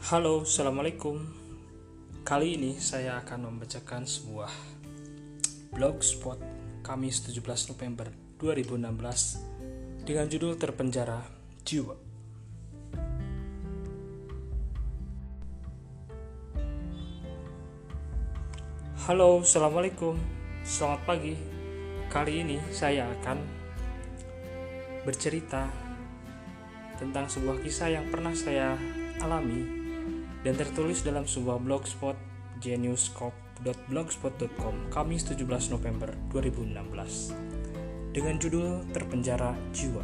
Halo, Assalamualaikum. Kali ini saya akan membacakan sebuah blogspot Kamis 17 November 2016 dengan judul Terpenjara Jiwa. Halo, Assalamualaikum. Selamat pagi. Kali ini saya akan bercerita tentang sebuah kisah yang pernah saya alami dan tertulis dalam sebuah blogspot geniuscorp.blogspot.com Kamis 17 November 2016 dengan judul Terpenjara Jiwa.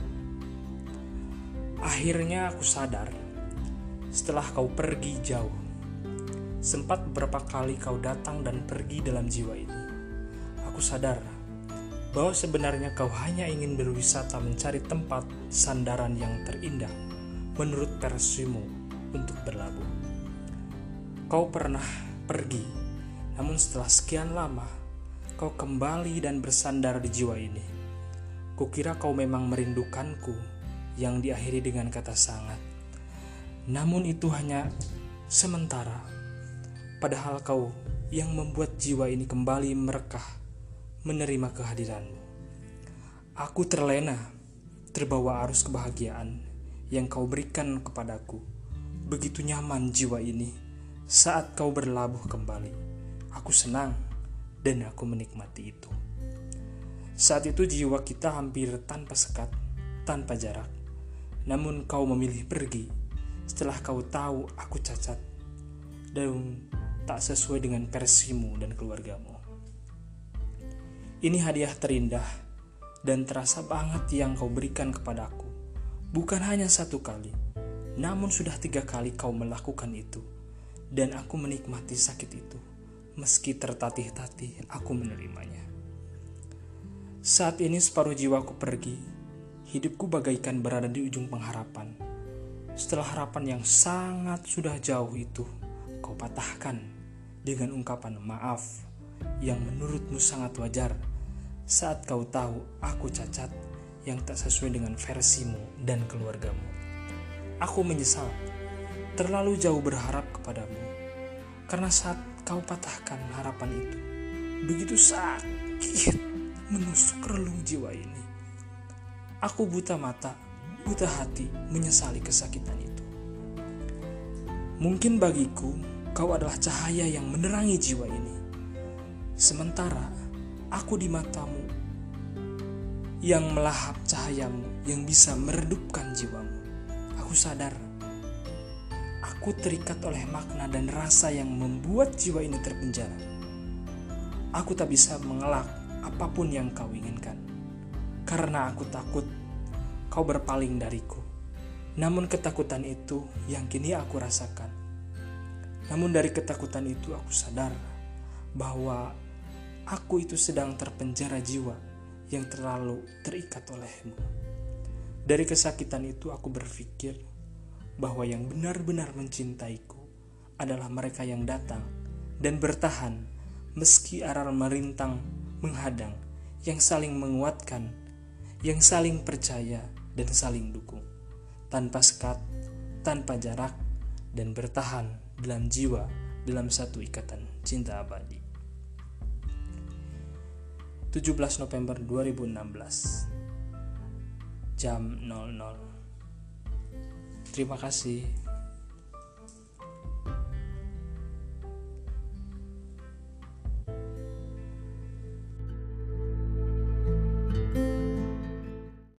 Akhirnya aku sadar setelah kau pergi jauh. Sempat beberapa kali kau datang dan pergi dalam jiwa ini. Aku sadar bahwa sebenarnya kau hanya ingin berwisata mencari tempat sandaran yang terindah menurut versimu untuk berlabuh. Kau pernah pergi, namun setelah sekian lama, kau kembali dan bersandar di jiwa ini. Kukira kau memang merindukanku, yang diakhiri dengan kata sangat. Namun itu hanya sementara, padahal kau yang membuat jiwa ini kembali merekah, menerima kehadiranmu. Aku terlena, terbawa arus kebahagiaan yang kau berikan kepadaku. Begitu nyaman jiwa ini. Saat kau berlabuh kembali, aku senang dan aku menikmati itu. Saat itu jiwa kita hampir tanpa sekat, tanpa jarak. Namun kau memilih pergi setelah kau tahu aku cacat dan tak sesuai dengan versimu dan keluargamu. Ini hadiah terindah dan terasa banget yang kau berikan kepadaku. Bukan hanya satu kali, namun sudah 3 kali kau melakukan itu. Dan aku menikmati sakit itu. Meski tertatih-tatih, aku menerimanya. Saat ini separuh jiwaku pergi. Hidupku bagaikan berada di ujung pengharapan. Setelah harapan yang sangat sudah jauh itu, kau patahkan dengan ungkapan maaf yang menurutmu sangat wajar saat kau tahu aku cacat yang tak sesuai dengan versimu dan keluargamu. Aku menyesal terlalu jauh berharap kepadamu, karena saat kau patahkan harapan itu, begitu sakit menusuk relung jiwa ini. Aku buta mata, buta hati, menyesali kesakitan itu. Mungkin bagiku, kau adalah cahaya yang menerangi jiwa ini. Sementara aku di matamu yang melahap cahayamu yang bisa meredupkan jiwamu. Aku sadar aku terikat oleh makna dan rasa yang membuat jiwa ini terpenjara. Aku tak bisa mengelak apapun yang kau inginkan, karena aku takut kau berpaling dariku. Namun ketakutan itu yang kini aku rasakan. Namun dari ketakutan itu aku sadar bahwa aku itu sedang terpenjara jiwa yang terlalu terikat olehmu. Dari kesakitan itu aku berpikir bahwa yang benar-benar mencintaiku adalah mereka yang datang dan bertahan meski aral merintang menghadang, yang saling menguatkan, yang saling percaya dan saling dukung, tanpa sekat, tanpa jarak, dan bertahan dalam jiwa dalam satu ikatan cinta abadi. 17 November 2016 jam 00. Terima kasih.